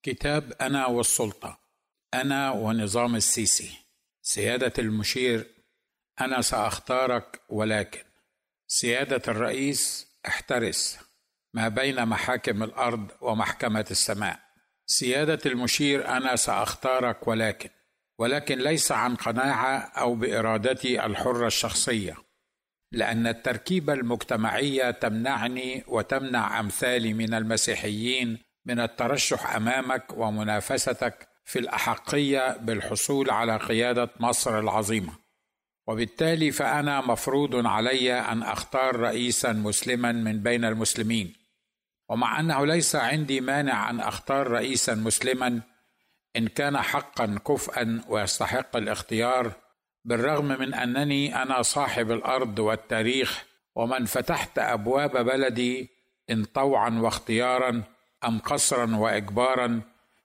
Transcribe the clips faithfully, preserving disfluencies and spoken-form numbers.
كتاب أنا والسلطة. أنا ونظام السيسي. سيادة المشير: أنا سأختارك، ولكن سيادة الرئيس احترس ما بين محاكم الأرض ومحكمة السماء. سيادة المشير: أنا سأختارك، ولكن ولكن ليس عن قناعة أو بإرادتي الحرة الشخصية، لأن التركيبة المجتمعية تمنعني وتمنع أمثالي من المسيحيين من الترشح أمامك ومنافستك في الأحقية بالحصول على قيادة مصر العظيمة، وبالتالي فأنا مفروض علي أن أختار رئيسا مسلما من بين المسلمين. ومع أنه ليس عندي مانع أن أختار رئيسا مسلما إن كان حقا كفءا ويستحق الاختيار، بالرغم من أنني أنا صاحب الأرض والتاريخ ومن فتحت أبواب بلدي إن طوعا واختيارا أم قسرا وإجبارا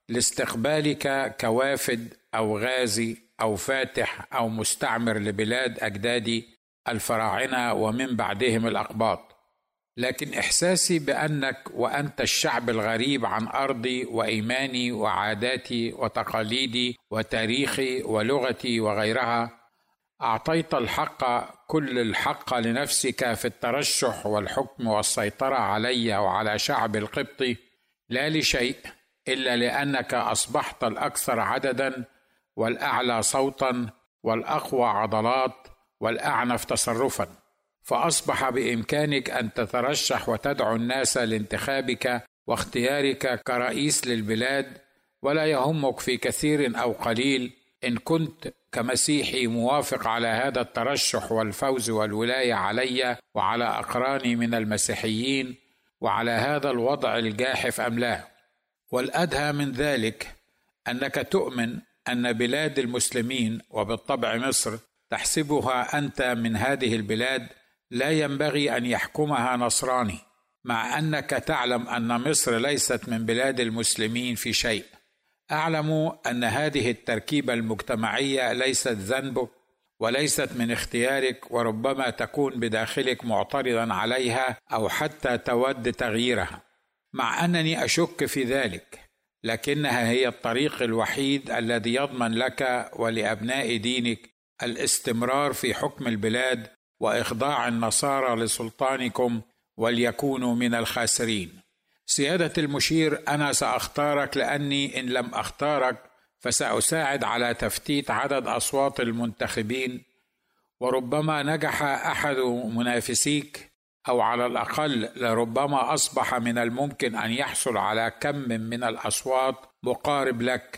لاستقبالك كوافد أو غازي أو فاتح أو مستعمر لبلاد أجدادي الفراعنة ومن بعدهم الأقباط. لكن إحساسي بأنك وأنت الشعب الغريب عن أرضي وإيماني وعاداتي وتقاليدي وتاريخي ولغتي وغيرها، أعطيت الحق كل الحق لنفسك في الترشح والحكم والسيطرة علي وعلى شعب القبطي، لا لشيء إلا لأنك أصبحت الأكثر عددا والأعلى صوتا والأقوى عضلات والأعنف تصرفا، فأصبح بإمكانك أن تترشح وتدعو الناس لانتخابك واختيارك كرئيس للبلاد، ولا يهمك في كثير أو قليل إن كنت كمسيحي موافق على هذا الترشح والفوز والولاية علي وعلى أقراني من المسيحيين وعلى هذا الوضع الجاحف أم لا. والأدهى من ذلك أنك تؤمن أن بلاد المسلمين وبالطبع مصر تحسبها أنت من هذه البلاد لا ينبغي أن يحكمها نصراني، مع أنك تعلم أن مصر ليست من بلاد المسلمين في شيء. أعلم أن هذه التركيبة المجتمعية ليست ذنبك وليست من اختيارك، وربما تكون بداخلك معترضا عليها أو حتى تود تغييرها، مع أنني أشك في ذلك، لكنها هي الطريق الوحيد الذي يضمن لك ولأبناء دينك الاستمرار في حكم البلاد وإخضاع النصارى لسلطانكم وليكونوا من الخاسرين. سيادة المشير: أنا سأختارك، لأني إن لم أختارك فسأساعد على تفتيت عدد أصوات المنتخبين، وربما نجح أحد منافسيك، أو على الأقل لربما أصبح من الممكن أن يحصل على كم من الأصوات مقارب لك،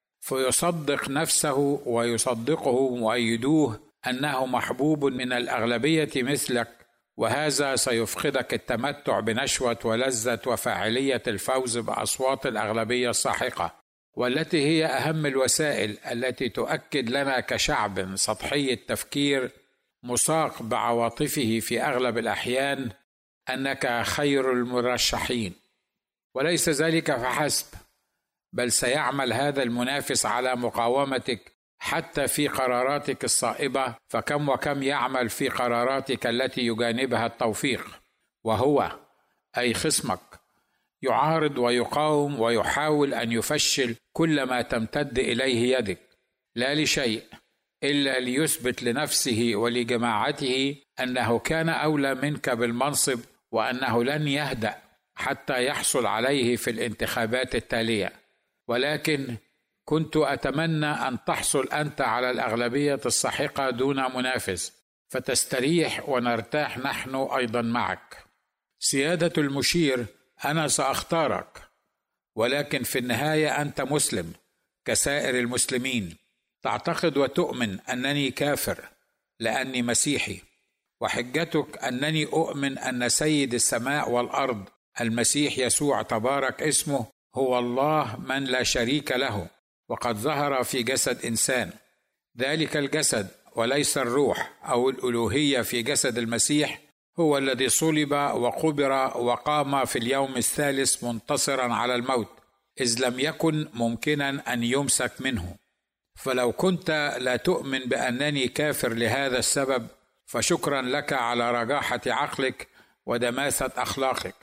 فيصدق نفسه ويصدقه مؤيدوه أنه محبوب من الأغلبية مثلك، وهذا سيفقدك التمتع بنشوة ولذة وفاعلية الفوز بأصوات الأغلبية الساحقة، والتي هي أهم الوسائل التي تؤكد لنا كشعب سطحي التفكير مساق بعواطفه في أغلب الأحيان أنك خير المرشحين. وليس ذلك فحسب، بل سيعمل هذا المنافس على مقاومتك حتى في قراراتك الصائبة، فكم وكم يعمل في قراراتك التي يجانبها التوفيق، وهو أي خصمك يعارض ويقاوم ويحاول أن يفشل كل ما تمتد إليه يدك، لا لشيء إلا ليثبت لنفسه ولجماعته أنه كان أولى منك بالمنصب، وأنه لن يهدأ حتى يحصل عليه في الانتخابات التالية. ولكن كنت أتمنى أن تحصل أنت على الأغلبية الساحقة دون منافس، فتستريح ونرتاح نحن أيضا معك. سيادة المشير: أنا سأختارك، ولكن في النهاية أنت مسلم كسائر المسلمين، تعتقد وتؤمن أنني كافر لأني مسيحي، وحجتك أنني أؤمن أن سيد السماء والأرض المسيح يسوع تبارك اسمه هو الله من لا شريك له، وقد ظهر في جسد إنسان. ذلك الجسد وليس الروح أو الألوهية في جسد المسيح هو الذي صلب وقبر وقام في اليوم الثالث منتصرا على الموت، إذ لم يكن ممكنا أن يمسك منه. فلو كنت لا تؤمن بأنني كافر لهذا السبب، فشكرا لك على رجاحة عقلك ودماثة أخلاقك،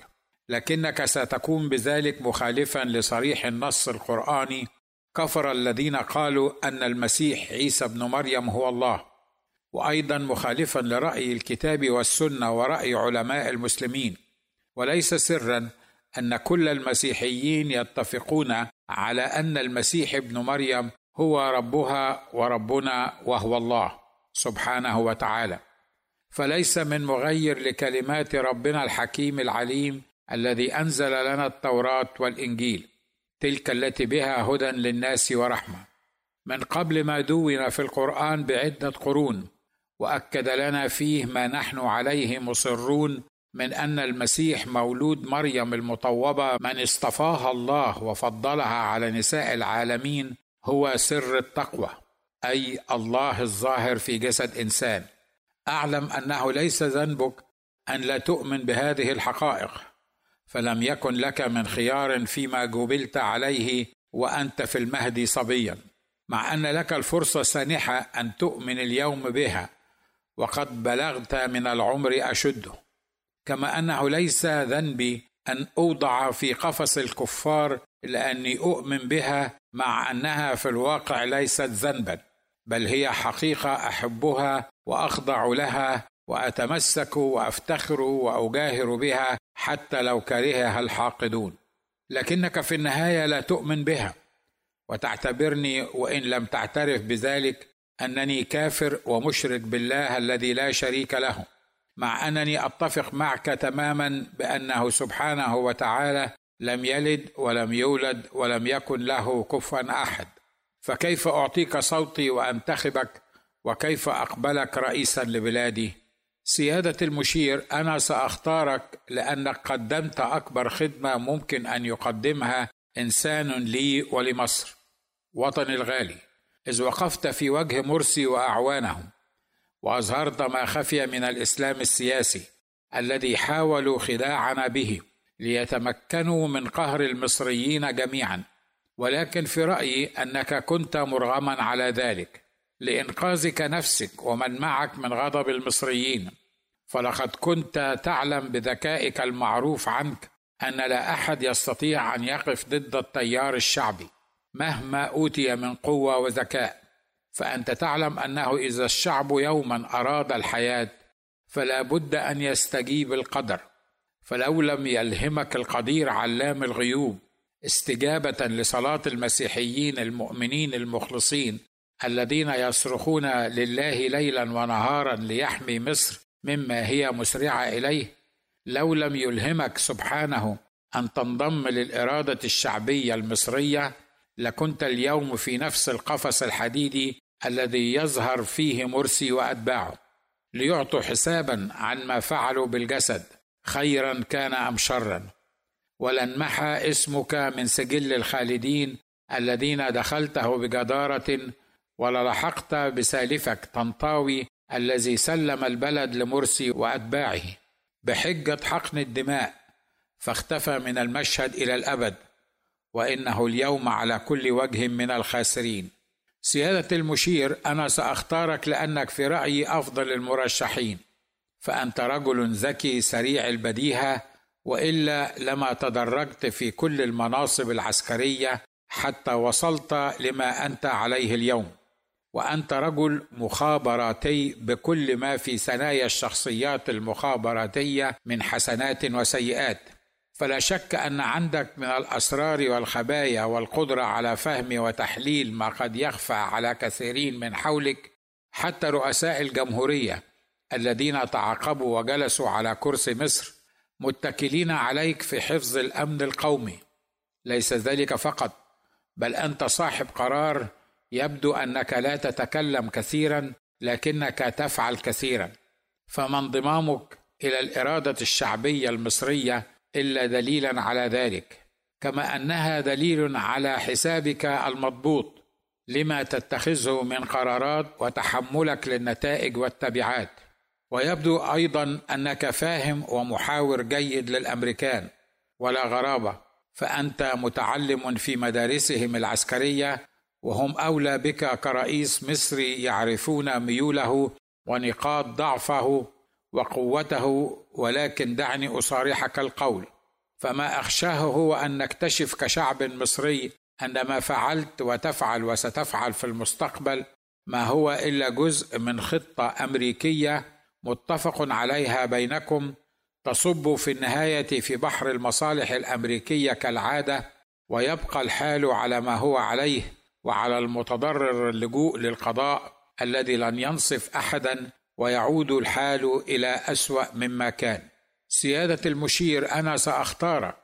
لكنك ستكون بذلك مخالفا لصريح النص القرآني. كفر الذين قالوا أن المسيح عيسى ابن مريم هو الله، وأيضا مخالفا لرأي الكتاب والسنة ورأي علماء المسلمين. وليس سرا أن كل المسيحيين يتفقون على أن المسيح ابن مريم هو ربها وربنا وهو الله سبحانه وتعالى. فليس من مغير لكلمات ربنا الحكيم العليم الذي أنزل لنا التوراة والإنجيل، تلك التي بها هدى للناس ورحمة، من قبل ما دون في القرآن بعدة قرون، وأكد لنا فيه ما نحن عليه مصرون من أن المسيح مولود مريم المطوبة من اصطفاها الله وفضلها على نساء العالمين هو سر التقوى، أي الله الظاهر في جسد إنسان. أعلم أنه ليس ذنبك أن لا تؤمن بهذه الحقائق، فلم يكن لك من خيار فيما جبلت عليه وأنت في المهد صبيا، مع أن لك الفرصة سانحة أن تؤمن اليوم بها وقد بلغت من العمر أشده. كما أنه ليس ذنبي أن أوضع في قفص الكفار لأني أؤمن بها، مع أنها في الواقع ليست ذنبا، بل هي حقيقة أحبها وأخضع لها وأتمسك وأفتخر وأجاهر بها حتى لو كرهها الحاقدون. لكنك في النهاية لا تؤمن بها، وتعتبرني وإن لم تعترف بذلك أنني كافر ومشرك بالله الذي لا شريك له، مع أنني أتفق معك تماما بأنه سبحانه وتعالى لم يلد ولم يولد ولم يكن له كفوا أحد. فكيف أعطيك صوتي وأنتخبك، وكيف أقبلك رئيسا لبلادي؟ سيادة المشير، أنا سأختارك لأنك قدمت أكبر خدمة ممكن أن يقدمها إنسان لي ولمصر وطني الغالي، إذ وقفت في وجه مرسي وأعوانهم وأظهرت ما خفي من الإسلام السياسي الذي حاولوا خداعنا به ليتمكنوا من قهر المصريين جميعا. ولكن في رأيي أنك كنت مرغما على ذلك لإنقاذك نفسك ومن معك من غضب المصريين، فلقد كنت تعلم بذكائك المعروف عنك أن لا أحد يستطيع أن يقف ضد التيار الشعبي مهما أوتي من قوة وذكاء. فأنت تعلم أنه إذا الشعب يوما أراد الحياة فلا بد أن يستجيب القدر، فلو لم يلهمك القدير علام الغيوب استجابة لصلاة المسيحيين المؤمنين المخلصين الذين يصرخون لله ليلا ونهارا ليحمي مصر مما هي مسرعة إليه، لو لم يلهمك سبحانه أن تنضم للإرادة الشعبية المصرية لكنت اليوم في نفس القفص الحديدي الذي يظهر فيه مرسي وأتباعه ليعطوا حسابا عن ما فعلوا بالجسد، خيرا كان أم شرا. ولن محى اسمك من سجل الخالدين الذين دخلته بجدارة، وللحقت بسالفك طنطاوي الذي سلم البلد لمرسي وأتباعه بحجة حقن الدماء، فاختفى من المشهد إلى الأبد، وإنه اليوم على كل وجه من الخاسرين. سيادة المشير، أنا سأختارك لأنك في رأيي أفضل المرشحين، فأنت رجل ذكي سريع البديهة، وإلا لما تدرجت في كل المناصب العسكرية حتى وصلت لما أنت عليه اليوم. وأنت رجل مخابراتي بكل ما في ثنايا الشخصيات المخابراتية من حسنات وسيئات، فلا شك أن عندك من الأسرار والخبايا والقدرة على فهم وتحليل ما قد يخفى على كثيرين من حولك، حتى رؤساء الجمهورية الذين تعاقبوا وجلسوا على كرسي مصر متكلين عليك في حفظ الأمن القومي. ليس ذلك فقط، بل أنت صاحب قرار، يبدو أنك لا تتكلم كثيرا لكنك تفعل كثيرا، فما انضمامك إلى الإرادة الشعبية المصرية إلا دليلا على ذلك، كما أنها دليل على حسابك المضبوط لما تتخذه من قرارات وتحملك للنتائج والتبعات. ويبدو أيضا أنك فاهم ومحاور جيد للأمريكان، ولا غرابة، فأنت متعلم في مدارسهم العسكرية، وهم أولى بك كرئيس مصري يعرفون ميوله ونقاط ضعفه وقوته. ولكن دعني أصارحك القول، فما أخشاه هو أن نكتشف كشعب مصري أن ما فعلت وتفعل وستفعل في المستقبل ما هو إلا جزء من خطة أمريكية متفق عليها بينكم، تصب في النهاية في بحر المصالح الأمريكية كالعادة، ويبقى الحال على ما هو عليه، وعلى المتضرر اللجوء للقضاء الذي لن ينصف أحدا، ويعود الحال إلى أسوأ مما كان. سيادة المشير، أنا سأختارك،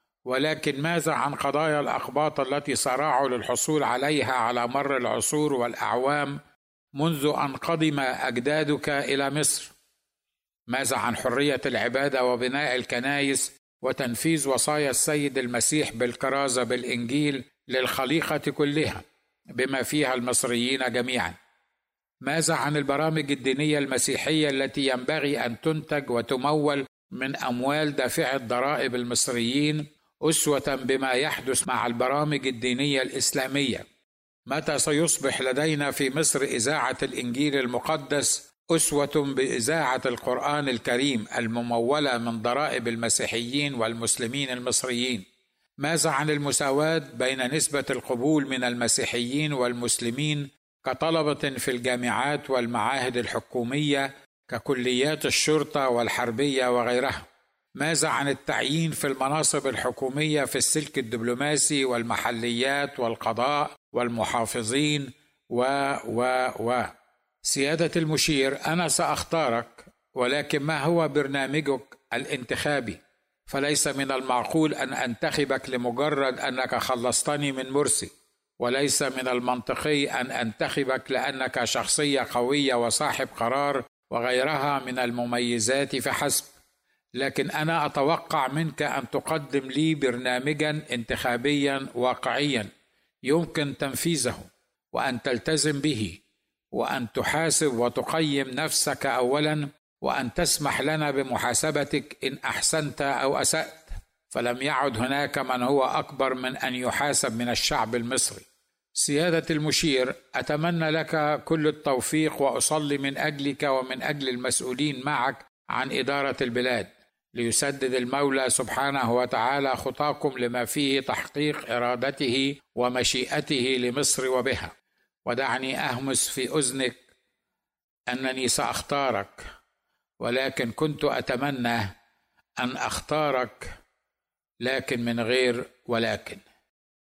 ولكن ماذا عن قضايا الأقباط التي صارعوا للحصول عليها على مر العصور والأعوام منذ أن قدم أجدادك إلى مصر؟ ماذا عن حرية العبادة وبناء الكنائس وتنفيذ وصايا السيد المسيح بالكرازة بالإنجيل للخليقة كلها بما فيها المصريين جميعا؟ ماذا عن البرامج الدينية المسيحية التي ينبغي أن تنتج وتمول من أموال دافعي الضرائب المصريين أسوة بما يحدث مع البرامج الدينية الإسلامية؟ متى سيصبح لدينا في مصر إذاعة الإنجيل المقدس أسوة بإذاعة القرآن الكريم الممولة من ضرائب المسيحيين والمسلمين المصريين؟ ماذا عن المساواة بين نسبة القبول من المسيحيين والمسلمين كطلبة في الجامعات والمعاهد الحكومية ككليات الشرطة والحربية وغيرها؟ ماذا عن التعيين في المناصب الحكومية في السلك الدبلوماسي والمحليات والقضاء والمحافظين و و و سيادة المشير، أنا سأختارك، ولكن ما هو برنامجك الانتخابي؟ فليس من المعقول أن أنتخبك لمجرد أنك خلصتني من مرسي، وليس من المنطقي أن أنتخبك لأنك شخصية قوية وصاحب قرار وغيرها من المميزات فحسب، لكن أنا أتوقع منك أن تقدم لي برنامجا انتخابيا واقعيا يمكن تنفيذه، وأن تلتزم به، وأن تحاسب وتقيم نفسك أولا، وأن تسمح لنا بمحاسبتك إن أحسنت أو أسأت، فلم يعد هناك من هو أكبر من أن يحاسب من الشعب المصري. سيادة المشير، أتمنى لك كل التوفيق، وأصلي من أجلك ومن أجل المسؤولين معك عن إدارة البلاد، ليسدد المولى سبحانه وتعالى خطاكم لما فيه تحقيق إرادته ومشيئته لمصر وبها. ودعني أهمس في أذنك أنني سأختارك، ولكن كنت أتمنى أن أختارك لكن من غير ولكن.